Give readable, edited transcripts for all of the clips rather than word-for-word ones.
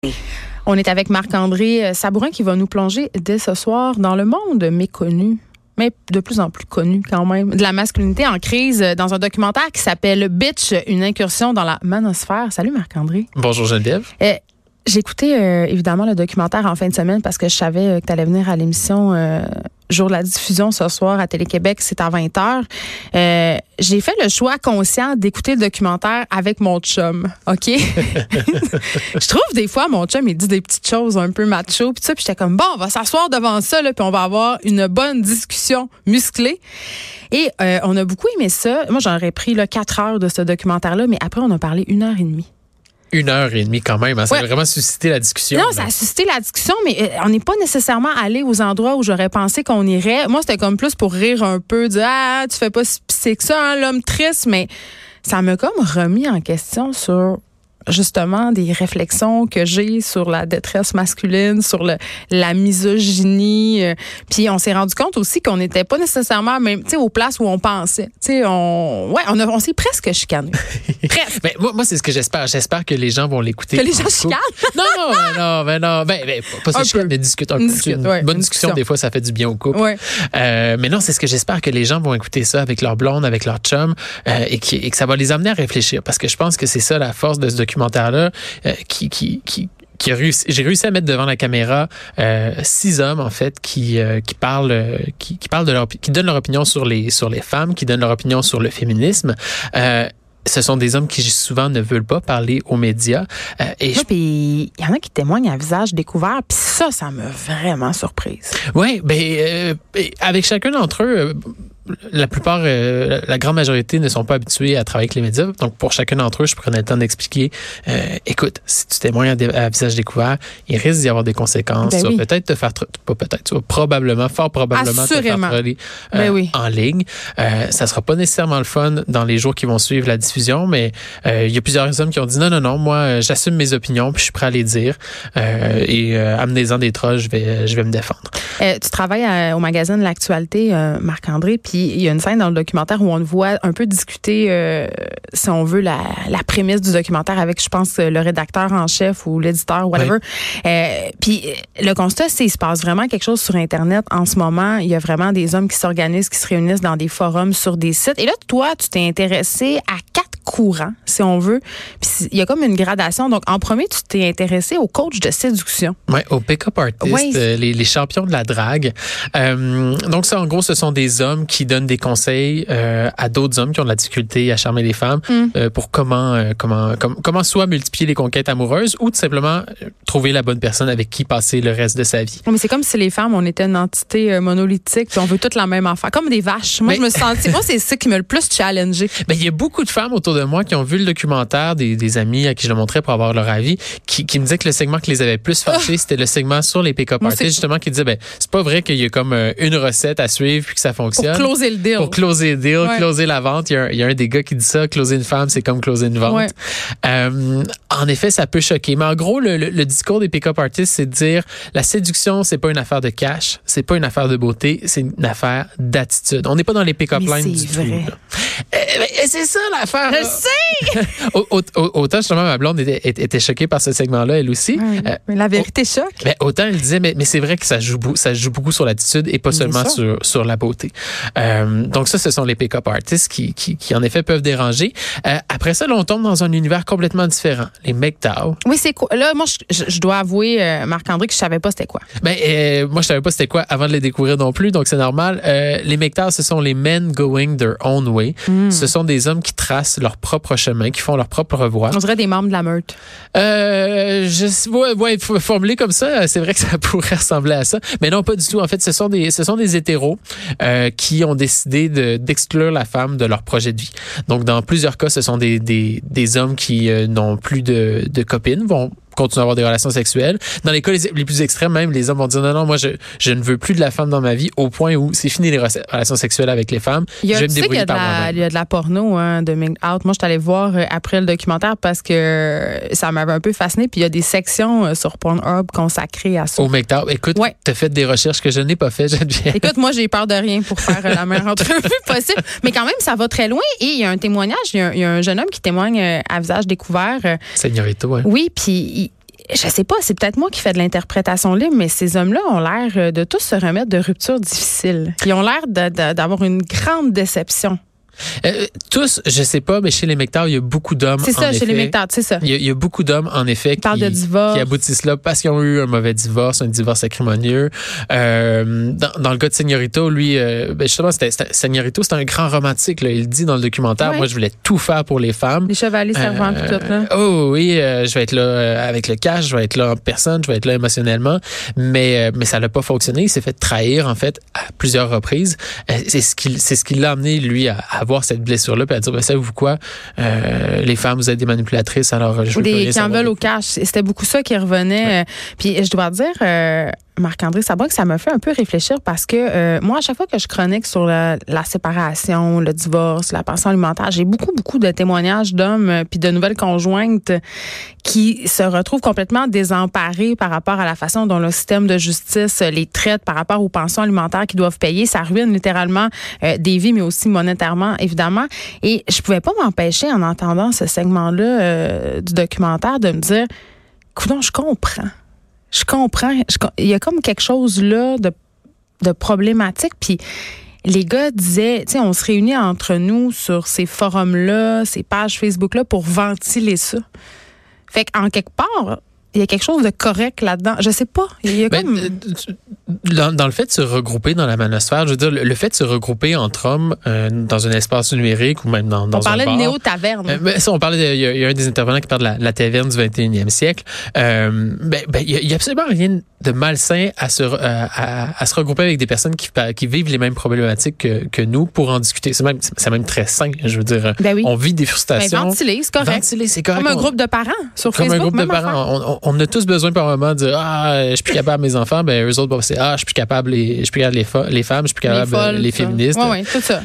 On est avec Marc-André Sabourin qui va nous plonger dès ce soir dans le monde méconnu, mais de plus en plus connu quand même, de la masculinité en crise dans un documentaire qui s'appelle Bitch, une incursion dans la manosphère. Salut Marc-André. Bonjour Geneviève. J'ai écouté évidemment le documentaire en fin de semaine parce que je savais que tu allais venir à l'émission jour de la diffusion ce soir à Télé-Québec, c'est à 20h. J'ai fait le choix conscient d'écouter le documentaire avec mon chum, OK? Je trouve des fois, mon chum, il dit des petites choses un peu macho, puis j'étais comme, bon, on va s'asseoir devant ça, là, puis on va avoir une bonne discussion musclée. Et on a beaucoup aimé ça. Moi, j'aurais pris 4 heures de ce documentaire-là, mais après, on a parlé 1h30. 1h30 quand même, hein? Ça a vraiment suscité la discussion. Non, ça a suscité la discussion, mais on n'est pas nécessairement allé aux endroits où j'aurais pensé qu'on irait. Moi, c'était comme plus pour rire un peu, dire « Ah, tu fais pas si pissé que ça, hein, l'homme triste », mais ça m'a comme remis en question sur justement des réflexions que j'ai sur la détresse masculine, sur la misogynie. Puis on s'est rendu compte aussi qu'on n'était pas nécessairement même, aux places où on pensait. On s'est presque chicané. Presque. Mais moi, c'est ce que j'espère. J'espère que les gens vont l'écouter. Que les gens chicanent? Non. Pas se chicaner, mais discuter un peu. Une bonne discussion, des fois, ça fait du bien au couple. Ouais. Mais non, c'est ce que j'espère que les gens vont écouter ça avec leur blonde, avec leur chum, et que ça va les amener à réfléchir. Parce que je pense que c'est ça la force de ce documentaire-là, j'ai réussi à mettre devant la caméra 6 hommes en fait qui donnent leur opinion sur les femmes, qui donnent leur opinion sur le féminisme. Ce sont des hommes qui souvent ne veulent pas parler aux médias. Puis il y en a qui témoignent à visage découvert, puis ça m'a vraiment surprise. Oui, avec chacun d'entre eux, la plupart, la grande majorité ne sont pas habitués à travailler avec les médias. Donc, pour chacun d'entre eux, je prenais le temps d'expliquer, écoute, si tu témoignes à visage découvert, il risque d'y avoir des conséquences. Tu vas peut-être te faire, pas peut-être, tu vas probablement, fort probablement Assurément. te faire troller en ligne. Ça sera pas nécessairement le fun dans les jours qui vont suivre la diffusion, mais il y a plusieurs hommes qui ont dit non, moi, j'assume mes opinions, puis je suis prêt à les dire. Amenez-en des trolls, je vais me défendre. Tu travailles au magazine L'Actualité, Marc-André, puis il y a une scène dans le documentaire où on te voit un peu discuter, si on veut, la prémisse du documentaire avec, je pense, le rédacteur en chef ou l'éditeur, whatever. Ouais. Puis le constat, c'est qu'il se passe vraiment quelque chose sur Internet en ce moment. Il y a vraiment des hommes qui s'organisent, qui se réunissent dans des forums, sur des sites. Et là, toi, tu t'es intéressé à 4 courants, si on veut. Puis il y a comme une gradation. Donc, en premier, tu t'es intéressé aux coachs de séduction. Oui, aux pick-up artists, les champions de la drague. Donc, ça, en gros, ce sont des hommes qui donnent des conseils à d'autres hommes qui ont de la difficulté à charmer les femmes pour comment soit multiplier les conquêtes amoureuses ou tout simplement trouver la bonne personne avec qui passer le reste de sa vie. Mais c'est comme si les femmes, on était une entité monolithique puis on veut toutes la même affaire. Comme des vaches. Moi, je me sentais... Moi, c'est ça qui m'a le plus challengé. Il y a beaucoup de femmes autour de moi qui ont vu le documentaire, des amis à qui je le montrais pour avoir leur avis, qui me disaient que le segment qui les avait plus fâchés, c'était le segment sur les pick-up artists, justement, qui disait, c'est pas vrai qu'il y a comme une recette à suivre puis que ça fonctionne. Pour closer le deal. Pour closer le deal, closer la vente. Il y a un des gars qui dit ça, closer une femme, c'est comme closer une vente. Ouais. En effet, ça peut choquer. Mais en gros, le discours des pick-up artists, c'est de dire, la séduction, c'est pas une affaire de cash, c'est pas une affaire de beauté, c'est une affaire d'attitude. On n'est pas dans les pick-up lines du tout. C'est ça l'affaire. Je sais! Autant justement ma blonde était choquée par ce segment-là, elle aussi. Mais la vérité choque. Autant elle disait, mais c'est vrai que ça joue beaucoup sur l'attitude et pas seulement sur la beauté. Donc ça, ce sont les pick-up artists qui en effet peuvent déranger. Après ça, là, on tombe dans un univers complètement différent. Les MGTOW. Oui, c'est quoi? Là, moi, je dois avouer, Marc-André, que je savais pas c'était quoi. Moi, je savais pas c'était quoi avant de les découvrir non plus, donc c'est normal. Les MGTOW, ce sont les men going their own way. Ce sont des hommes qui tracent leur propre chemin, qui font leur propre voie. On dirait des membres de la meute. Formulé comme ça, c'est vrai que ça pourrait ressembler à ça. Mais non, pas du tout. En fait, ce sont des hétéros qui ont décidé d'exclure la femme de leur projet de vie. Donc, dans plusieurs cas, ce sont des hommes qui n'ont plus de copines, vont continuer à avoir des relations sexuelles. Dans les cas les plus extrêmes, même, les hommes vont dire non, moi, je ne veux plus de la femme dans ma vie, au point où c'est fini les relations sexuelles avec les femmes. Je vais me débrouiller par moi-même. Il y a de la porno de Ming Out. Moi, je suis allée voir après le documentaire parce que ça m'avait un peu fasciné. Puis il y a des sections sur Pornhub consacrées à ça. Au MGTOW. Écoute, t'as fait des recherches que je n'ai pas faites, Geneviève. Écoute, moi, j'ai peur de rien pour faire la meilleure entrevue possible. Mais quand même, ça va très loin. Et il y a un témoignage. Il y a un jeune homme qui témoigne à visage découvert. Señorito, ouais. Oui, puis je sais pas, c'est peut-être moi qui fais de l'interprétation libre, mais ces hommes-là ont l'air de tous se remettre de ruptures difficiles. Ils ont l'air d'avoir une grande déception. Tous, je sais pas, mais chez les MGTOW, il y a beaucoup d'hommes. C'est ça, chez les MGTOW, c'est ça. Il y a beaucoup d'hommes, en effet, qui aboutissent là parce qu'ils ont eu un mauvais divorce, un divorce acrimonieux. Dans le cas de Señorito, lui, justement, Señorito, c'est un grand romantique, là. Il dit dans le documentaire, moi, je voulais tout faire pour les femmes. Les chevaliers servants, tout là. Oh oui, je vais être là avec le cash, je vais être là en personne, je vais être là émotionnellement. Mais ça n'a pas fonctionné. Il s'est fait trahir, en fait, à plusieurs reprises. C'est ce qui l'a amené, lui, à avoir cette blessure-là, puis à dire, savez-vous quoi, les femmes, vous êtes des manipulatrices, alors je veux des qui en veulent au cash. C'était beaucoup ça qui revenait. Ouais. Puis je dois dire, Marc-André Sabrok, ça m'a fait un peu réfléchir parce que moi, à chaque fois que je chronique sur la séparation, le divorce, la pension alimentaire, j'ai beaucoup de témoignages d'hommes puis de nouvelles conjointes qui se retrouvent complètement désemparés par rapport à la façon dont le système de justice les traite par rapport aux pensions alimentaires qu'ils doivent payer. Ça ruine littéralement des vies, mais aussi monétairement, évidemment. Et je pouvais pas m'empêcher, en entendant ce segment-là du documentaire, de me dire, coudonc, je comprends. Il y a comme quelque chose là de problématique. Puis les gars disaient, tu sais, on se réunit entre nous sur ces forums-là, ces pages Facebook-là pour ventiler ça. Fait qu'en quelque part, il y a quelque chose de correct là-dedans. Je sais pas. Il y a comme... Dans le fait de se regrouper dans la manosphère, je veux dire, le fait de se regrouper entre hommes dans un espace numérique ou même dans un bar. On parlait de néo-taverne. On parlait, il y a un des intervenants qui parle de la taverne du 21e siècle. Il y a absolument rien de malsain à se regrouper avec des personnes qui vivent les mêmes problématiques que nous pour en discuter. C'est même très sain. Je veux dire, on vit des frustrations. Ventiler, c'est correct. Ventiler, c'est correct. Comme un groupe de parents sur Facebook. Comme un groupe de parents. On a tous besoin par moment de dire, je suis plus capable mes enfants. Ben eux autres, c'est je suis plus capable les femmes, je suis plus capable les féministes. Oui, tout ça.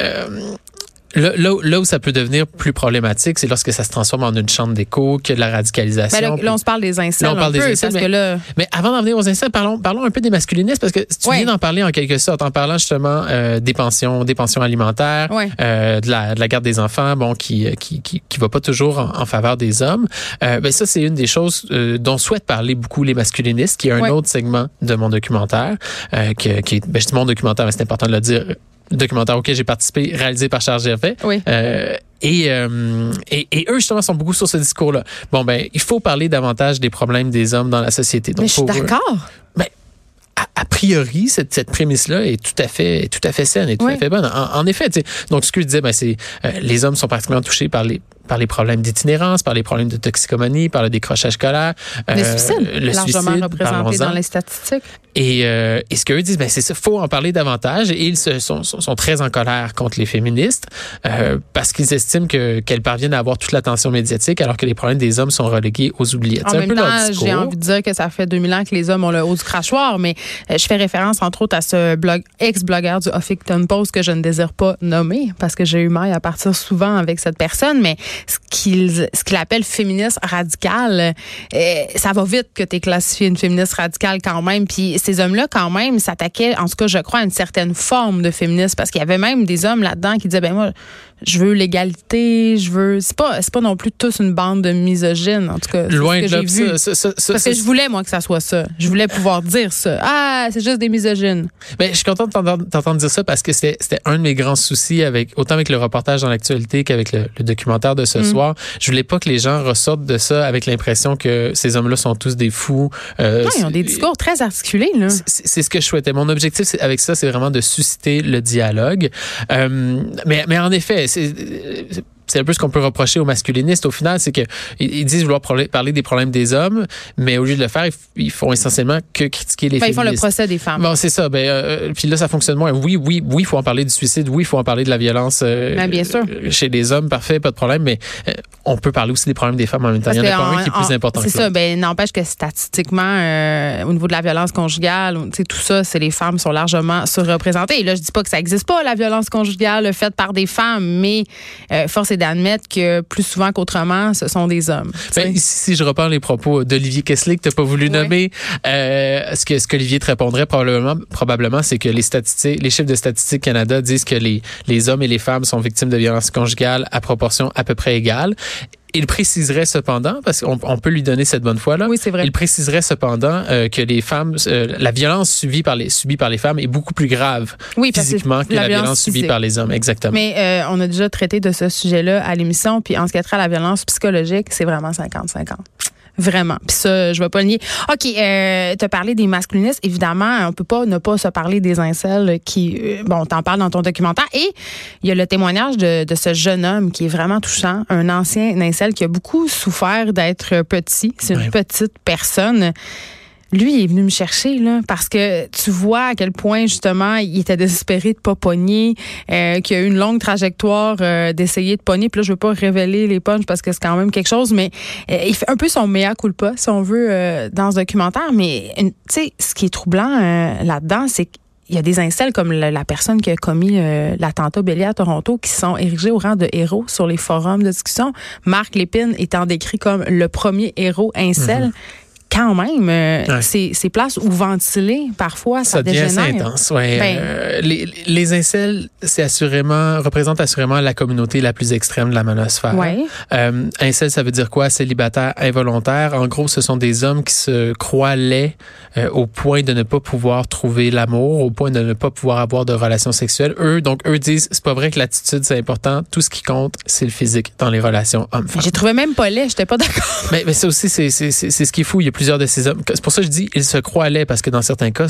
Là où ça peut devenir plus problématique, c'est lorsque ça se transforme en une chambre d'écho, qu'il y a de la radicalisation. Là, on se parle des incels mais avant d'en venir aux incels, parlons un peu des masculinistes, parce que tu viens d'en parler en quelque sorte, en parlant justement des pensions alimentaires, de la garde des enfants, qui va pas toujours en faveur des hommes. Ça, c'est une des choses dont souhaitent parler beaucoup les masculinistes, qui est un autre segment de mon documentaire, qui est, je dis mon documentaire, mais c'est important de le dire, documentaire auquel j'ai participé, réalisé par Charles Gervais. Oui. Et eux, justement, sont beaucoup sur ce discours-là. Il faut parler davantage des problèmes des hommes dans la société. Donc, mais je suis d'accord. A priori, cette prémisse-là est tout à fait saine et tout à fait bonne. En effet, donc ce que je disais, c'est les hommes sont particulièrement touchés par les problèmes d'itinérance, par les problèmes de toxicomanie, par le décrochage scolaire. Le suicide, largement représenté dans les statistiques. Et ce qu'eux disent, c'est ça, faut en parler davantage. Et ils sont très en colère contre les féministes parce qu'ils estiment qu'elles parviennent à avoir toute l'attention médiatique alors que les problèmes des hommes sont relégués aux oubliettes. En même temps, j'ai envie de dire que ça fait 2000 ans que les hommes ont le haut du crachoir, mais je fais référence entre autres à ce ex-blogueur du Huffington Post que je ne désire pas nommer parce que j'ai eu maille à partir souvent avec cette personne, mais ce qu'il appelle féministe radicale, ça va vite que tu es classifié une féministe radicale quand même. Puis ces hommes-là, quand même, s'attaquaient, en tout cas, je crois, à une certaine forme de féminisme parce qu'il y avait même des hommes là-dedans qui disaient, moi, je veux l'égalité, c'est pas non plus tous une bande de misogynes, en tout cas. Loin de là, parce que je voulais, moi, que ça soit ça. Je voulais pouvoir dire ça. C'est juste des misogynes. Mais je suis content de t'entendre dire ça parce que c'était un de mes grands soucis autant avec le reportage dans l'actualité qu'avec le documentaire de ce soir. Je voulais pas que les gens ressortent de ça avec l'impression que ces hommes-là sont tous des fous. Non, ils ont des discours très articulés, là. C'est ce que je souhaitais. Mon objectif avec ça, c'est vraiment de susciter le dialogue. Mais en effet, c'est un peu ce qu'on peut reprocher aux masculinistes. Au final, c'est qu'ils disent vouloir parler des problèmes des hommes, mais au lieu de le faire, ils font essentiellement que critiquer les féministes. Ils font le procès des femmes. C'est ça. Puis là, ça fonctionne moins. Oui, il faut en parler du suicide. Oui, il faut en parler de la violence bien sûr. Chez les hommes. Parfait, pas de problème. Mais on peut parler aussi des problèmes des femmes en même temps. Il y en a pas un qui est plus important que l'autre. C'est ça. N'empêche que statistiquement, au niveau de la violence conjugale, tout ça, c'est les femmes sont largement surreprésentées. Et là, je dis pas que ça existe pas, la violence conjugale faite par des femmes, mais force est d'admettre que plus souvent qu'autrement, ce sont des hommes. Si je reprends les propos d'Olivier Kessler, que tu n'as pas voulu nommer, ce qu'Olivier te répondrait probablement, c'est que les chiffres de Statistique Canada disent que les hommes et les femmes sont victimes de violences conjugales à proportion à peu près égale. Il préciserait cependant, parce qu'on peut lui donner cette bonne foi-là, oui, c'est vrai. Il préciserait cependant que les femmes, la violence subie par les femmes est beaucoup plus grave physiquement que la violence subie par les hommes. Exactement. Mais on a déjà traité de ce sujet-là à l'émission, puis en ce qui a trait à la violence psychologique, c'est vraiment 50-50. Vraiment. Puis ça, je vais pas le nier. OK, t'as parlé des masculinistes. Évidemment, on peut pas ne pas se parler des incels qui... t'en parles dans ton documentaire. Et il y a le témoignage de ce jeune homme qui est vraiment touchant. Un ancien incel qui a beaucoup souffert d'être petit. C'est une petite personne. Lui, il est venu me chercher, là, parce que tu vois à quel point, justement, il était désespéré de pas pogner, qu'il y a eu une longue trajectoire d'essayer de pogner. Puis là, je veux pas révéler les punchs parce que c'est quand même quelque chose, mais il fait un peu son mea culpa, si on veut, dans ce documentaire. Mais, tu sais, ce qui est troublant là-dedans, c'est qu'il y a des incels comme la personne qui a commis l'attentat bélier à Toronto qui sont érigés au rang de héros sur les forums de discussion. Marc Lépine étant décrit comme le premier héros incel. Quand même, ces places où ventiler, parfois, ça dégénère. Ça devient assez intense, oui. Les incels, représentent assurément la communauté la plus extrême de la manosphère. Ouais. Incel, ça veut dire quoi? Célibataire involontaire. En gros, ce sont des hommes qui se croient laids au point de ne pas pouvoir trouver l'amour, au point de ne pas pouvoir avoir de relations sexuelles. Eux disent, c'est pas vrai que l'attitude, c'est important. Tout ce qui compte, c'est le physique dans les relations hommes-femmes. J'ai trouvé même pas laid, j'étais pas d'accord. Mais ça aussi, c'est ce qui est fou. Il y a plusieurs de ces hommes. C'est pour ça que je dis, ils se croient laids, parce que dans certains cas,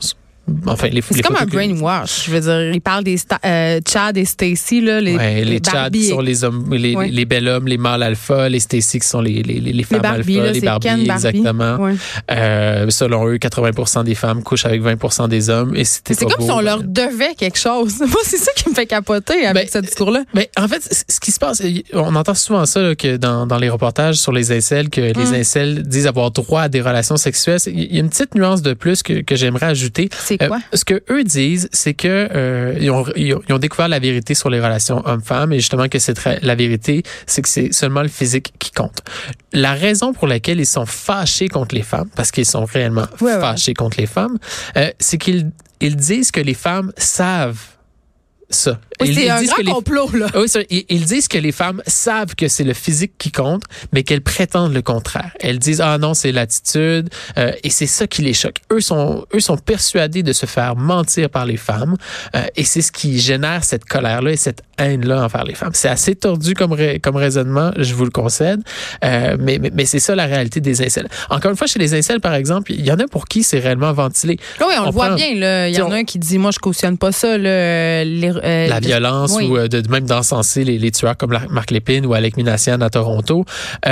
c'est comme un brainwash. Je veux dire, ils parlent des Chad et Stacy, là, les Chad qui sont les hommes, les bel hommes, les mâles alpha, les Stacy qui sont les femmes Barbie, alpha, là, les Barbie, exactement. Ouais. Selon eux, 80% des femmes couchent avec 20% des hommes. Et c'est comme si on leur devait quelque chose. Moi, c'est ça qui me fait capoter avec ce discours-là. Mais en fait, ce qui se passe, on entend souvent ça là, que dans les reportages sur les incels, que les incels disent avoir droit à des relations sexuelles. Il y a une petite nuance de plus que j'aimerais ajouter. C'est quoi? Ce que eux disent, c'est que ils ont découvert la vérité sur les relations hommes-femmes et justement que la vérité, c'est que c'est seulement le physique qui compte. La raison pour laquelle ils sont fâchés contre les femmes, parce qu'ils sont réellement fâchés contre les femmes, c'est qu'ils disent que les femmes savent ça. Oui, c'est un grand complot, là. Oui, ils disent que les femmes savent que c'est le physique qui compte, mais qu'elles prétendent le contraire. Elles disent, ah non, c'est l'attitude, et c'est ça qui les choque. Eux sont persuadés de se faire mentir par les femmes, et c'est ce qui génère cette colère-là et cette haine-là envers les femmes. C'est assez tordu comme raisonnement, je vous le concède, mais c'est ça la réalité des incels. Encore une fois, chez les incels, par exemple, il y en a pour qui c'est réellement ventilé. Oui, on le voit bien, là. Il y en a un qui dit, moi, je cautionne pas ça, là, la violence ou même d'encenser les tueurs comme Marc Lépine ou Alec Minassian à Toronto.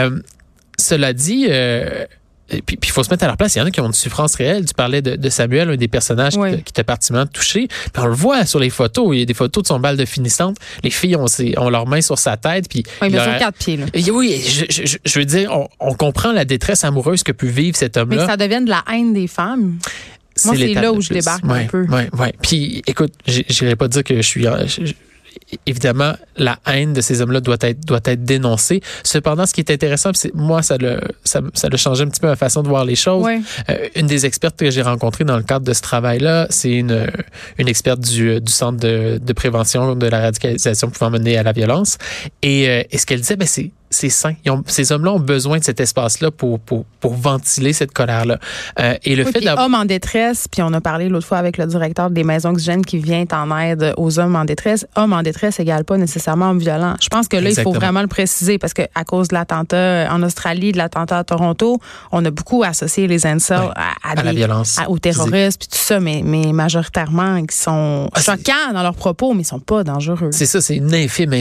Cela dit, puis il faut se mettre à leur place. Il y en a qui ont une souffrance réelle. Tu parlais de Samuel, un des personnages qui t'a particulièrement touché. Puis on le voit sur les photos. Il y a des photos de son bal de finissante. Les filles ont leurs mains sur sa tête. Puis il a 4 pieds. Là. Et oui, je veux dire, on comprend la détresse amoureuse que peut vivre cet homme-là. Mais ça devient de la haine des femmes. Moi, c'est là où je débarque un peu. Oui. Puis, écoute, j'irai pas dire que je suis... Évidemment, la haine de ces hommes-là doit être dénoncée. Cependant, ce qui est intéressant, c'est moi, ça l'a changé un petit peu ma façon de voir les choses. Ouais. Une des expertes que j'ai rencontrées dans le cadre de ce travail-là, c'est une experte du Centre de prévention de la radicalisation pouvant mener à la violence. Et ce qu'elle disait, c'est sain. Ces hommes-là ont besoin de cet espace-là pour ventiler cette colère-là. Et le fait d'avoir... Hommes en détresse, puis on a parlé l'autre fois avec le directeur des maisons oxygènes qui vient en aide aux hommes en détresse. Hommes en détresse égale pas nécessairement homme violent. Je pense que là, il faut vraiment le préciser parce que à cause de l'attentat en Australie, de l'attentat à Toronto, on a beaucoup associé les incels à la violence, au terrorisme, puis tout ça, mais majoritairement, qui sont choquants dans leurs propos, mais ils sont pas dangereux. C'est ça, c'est une infime,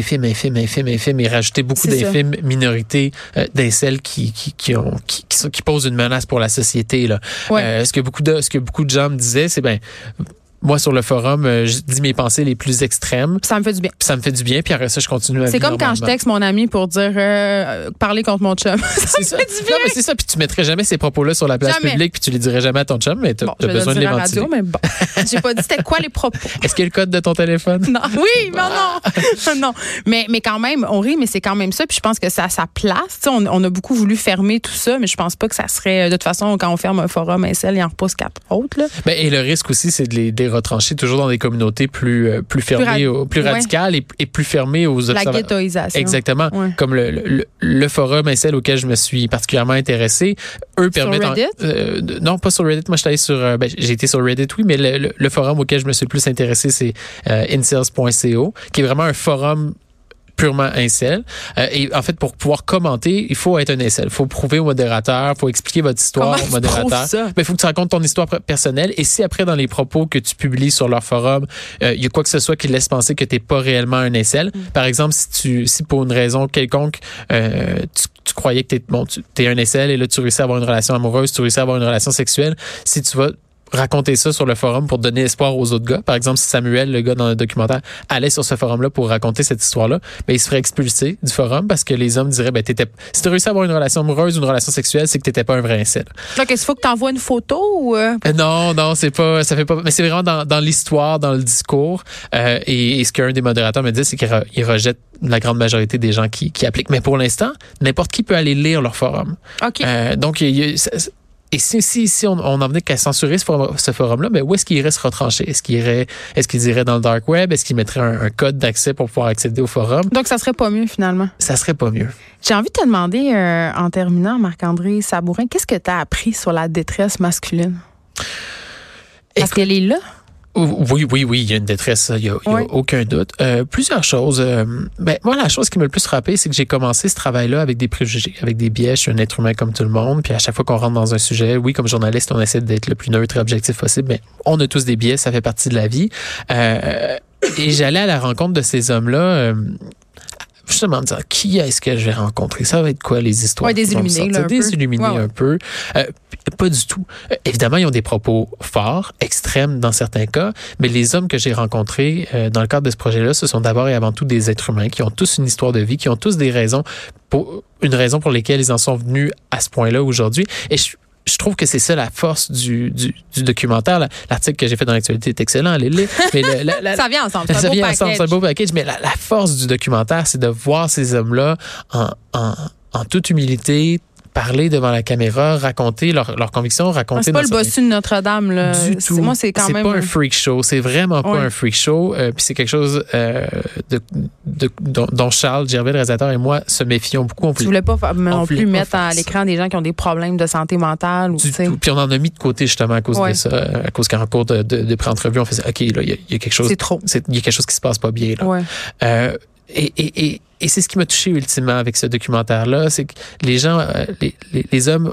et rajouter beaucoup d'infimes minorités d'incels qui posent une menace pour la société. Là. Ouais. Ce que beaucoup de gens me disaient, c'est moi, sur le forum, je dis mes pensées les plus extrêmes. Ça me fait du bien. Ça me fait du bien, puis après ça, je continue à vivre. C'est comme quand je texte mon ami pour dire parler contre mon chum. Ça me fait du bien. Non, mais c'est ça, puis tu mettrais jamais ces propos-là sur la place publique, puis tu les dirais jamais à ton chum, mais t'as besoin de les ventiler. Mais bon, j'ai pas dit c'était quoi les propos. Est-ce qu'il y a le code de ton téléphone? Non. Oui, mais non. Mais quand même, on rit, mais c'est quand même ça, puis je pense que ça a sa place. On a beaucoup voulu fermer tout ça, mais je pense pas que ça serait... De toute façon, quand on ferme un forum incel, il en repousse 4 autres. Là. Et le risque aussi, c'est de les retranchés toujours dans des communautés plus fermées, plus radicales et plus fermées aux observateurs. La ghettoisation. Exactement. Ouais. Comme le forum SL auquel je me suis particulièrement intéressé, eux permettent... Sur Reddit? Non, pas sur Reddit. Moi, j'étais allé sur... j'ai été sur Reddit, oui, mais le forum auquel je me suis le plus intéressé, c'est incels.co, qui est vraiment un forum purement incel. Et en fait, pour pouvoir commenter, il faut être un incel. Il faut prouver au modérateur, il faut expliquer votre histoire au modérateur. Il faut que tu racontes ton histoire personnelle. Et si après, dans les propos que tu publies sur leur forum, il y a quoi que ce soit qui laisse penser que tu n'es pas réellement un incel, par exemple, si pour une raison quelconque, tu croyais que tu es un incel et là, tu réussis à avoir une relation amoureuse, tu réussis à avoir une relation sexuelle, si tu vas raconter ça sur le forum pour donner espoir aux autres gars. Par exemple, si Samuel, le gars dans le documentaire, allait sur ce forum-là pour raconter cette histoire-là, ben, il se ferait expulser du forum parce que les hommes diraient, si tu as réussi à avoir une relation amoureuse ou une relation sexuelle, c'est que t'étais pas un vrai incel. Donc, est-ce qu'il faut que tu envoies une photo ou... Non, ça fait pas, mais c'est vraiment dans l'histoire, dans le discours. Et ce qu'un des modérateurs me dit, c'est qu'il rejette la grande majorité des gens qui appliquent. Mais pour l'instant, n'importe qui peut aller lire leur forum. OK. Donc, et si on en venait qu'à censurer ce forum-là, ben où est-ce qu'il irait se retrancher? Est-ce qu'il irait dans le dark web? Est-ce qu'il mettrait un code d'accès pour pouvoir accéder au forum? Donc, ça serait pas mieux, finalement. Ça serait pas mieux. J'ai envie de te demander, en terminant, Marc-André Sabourin, qu'est-ce que tu as appris sur la détresse masculine? Parce qu'elle est là. Oui, il y a une détresse, il y a aucun doute. Plusieurs choses. Moi, la chose qui m'a le plus frappé, c'est que j'ai commencé ce travail-là avec des préjugés, avec des biais. Je suis un être humain comme tout le monde. Puis à chaque fois qu'on rentre dans un sujet, oui, comme journaliste, on essaie d'être le plus neutre et objectif possible, mais on a tous des biais, ça fait partie de la vie. Et j'allais à la rencontre de ces hommes-là. Justement, me dire qui est-ce que je vais rencontrer? Ça va être quoi les histoires? Désilluminés un peu. Pas du tout. Évidemment, ils ont des propos forts, extrêmes dans certains cas, mais les hommes que j'ai rencontrés dans le cadre de ce projet-là, ce sont d'abord et avant tout des êtres humains qui ont tous une histoire de vie, qui ont tous des raisons une raison pour lesquelles ils en sont venus à ce point-là aujourd'hui. Et je trouve que c'est ça la force du documentaire. L'article que j'ai fait dans l'actualité est excellent, allez-le lire. Mais ça vient ensemble, c'est un beau package. Mais la force du documentaire, c'est de voir ces hommes-là en toute humilité, parler devant la caméra, raconter leurs convictions, raconter... C'est pas le bossu de Notre-Dame, là. Du tout. Moi, c'est quand même... C'est pas un freak show. C'est vraiment pas un freak show. Puis c'est quelque chose dont Charles Gervais, le réalisateur, et moi se méfions beaucoup. Tu voulais pas non plus mettre à l'écran des gens qui ont des problèmes de santé mentale. Du tout. Puis on en a mis de côté, justement, à cause de ça. À cause qu'en cours de pré-entrevue, on faisait, OK, là, il y a quelque chose... C'est trop. Il y a quelque chose qui se passe pas bien, là. Ouais. Et c'est ce qui m'a touché ultimement avec ce documentaire-là, c'est que les gens, les hommes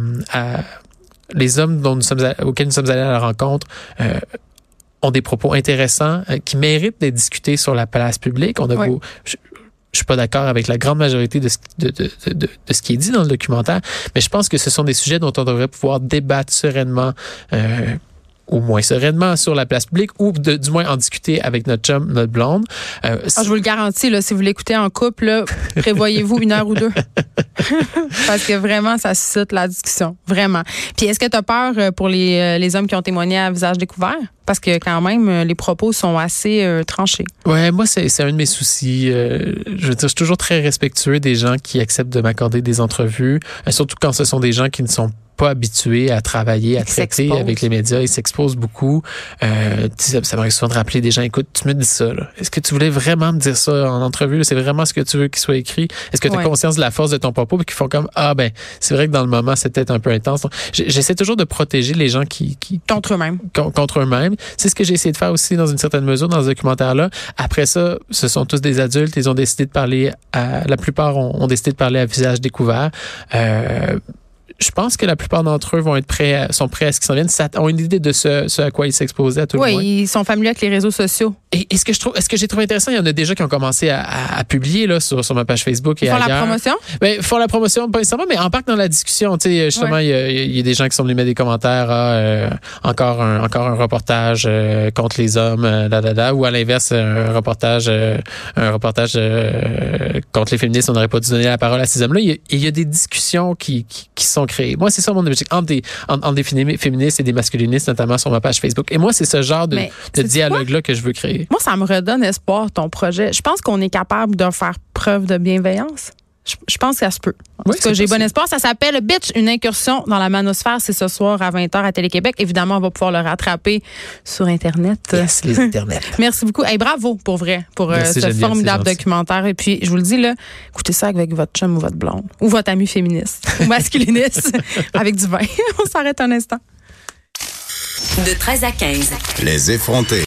auxquels nous sommes allés à la rencontre ont des propos intéressants qui méritent d'être discutés sur la place publique. Je suis pas d'accord avec la grande majorité de ce qui est dit dans le documentaire, mais je pense que ce sont des sujets dont on devrait pouvoir débattre sereinement. Au moins sereinement sur la place publique ou du moins en discuter avec notre chum, notre blonde. Je vous le garantis, là, si vous l'écoutez en couple, là, prévoyez-vous 1 heure ou 2. Parce que vraiment, ça suscite la discussion. Vraiment. Puis est-ce que tu as peur pour les hommes qui ont témoigné à visage découvert? Parce que quand même, les propos sont assez tranchés. Ouais, moi, c'est un de mes soucis. Je veux dire, je suis toujours très respectueux des gens qui acceptent de m'accorder des entrevues, surtout quand ce sont des gens qui ne sont pas habitués à travailler, à traiter avec les médias. Ils s'exposent beaucoup. Ça m'arrive souvent de rappeler des gens, écoute, tu me dis ça, là. Est-ce que tu voulais vraiment me dire ça en entrevue? C'est vraiment ce que tu veux qu'il soit écrit? Est-ce que tu as conscience de la force de ton propos? Puis qu'ils font comme, c'est vrai que dans le moment, c'était peut-être un peu intense. Donc, j'essaie toujours de protéger les gens qui contre eux-mêmes. Contre eux-mêmes. C'est ce que j'ai essayé de faire aussi dans une certaine mesure dans ce documentaire-là. Après ça, ce sont tous des adultes. Ils ont décidé de parler la plupart ont décidé de parler à visage découvert. Je pense que la plupart d'entre eux sont prêts à ce qu'ils s'en viennent, ont une idée de ce à quoi ils s'exposaient à tout le monde. Oui, ils sont familiers avec les réseaux sociaux. Et ce que j'ai trouvé intéressant, il y en a déjà qui ont commencé à publier là sur ma page Facebook et ailleurs. Ils font la promotion? Ben, font la promotion, pas nécessairement, mais embarquent dans la discussion. Tu sais, justement, il y a des gens qui sont venus mettre des commentaires, encore un reportage contre les hommes, ou à l'inverse, un reportage contre les féministes. On n'aurait pas dû donner la parole à ces hommes-là. Il y a des discussions qui sont créées. Moi, c'est ça mon objectif, entre des féministes et des masculinistes, notamment sur ma page Facebook. Et moi, c'est ce genre de dialogue-là que je veux créer. Moi, ça me redonne espoir, ton projet. Je pense qu'on est capable de faire preuve de bienveillance. Je pense que ça se peut. En tout cas, j'ai bon espoir. Ça s'appelle Bitch, une incursion dans la manosphère. C'est ce soir à 20h à Télé-Québec. Évidemment, on va pouvoir le rattraper sur Internet. Yes, les Internet. Merci beaucoup. Hey, bravo, pour vrai, pour ce formidable documentaire. Et puis, je vous le dis, là, écoutez ça avec votre chum ou votre blonde, ou votre ami féministe, ou masculiniste, avec du vin. On s'arrête un instant. De 13 à 15. Les effrontés.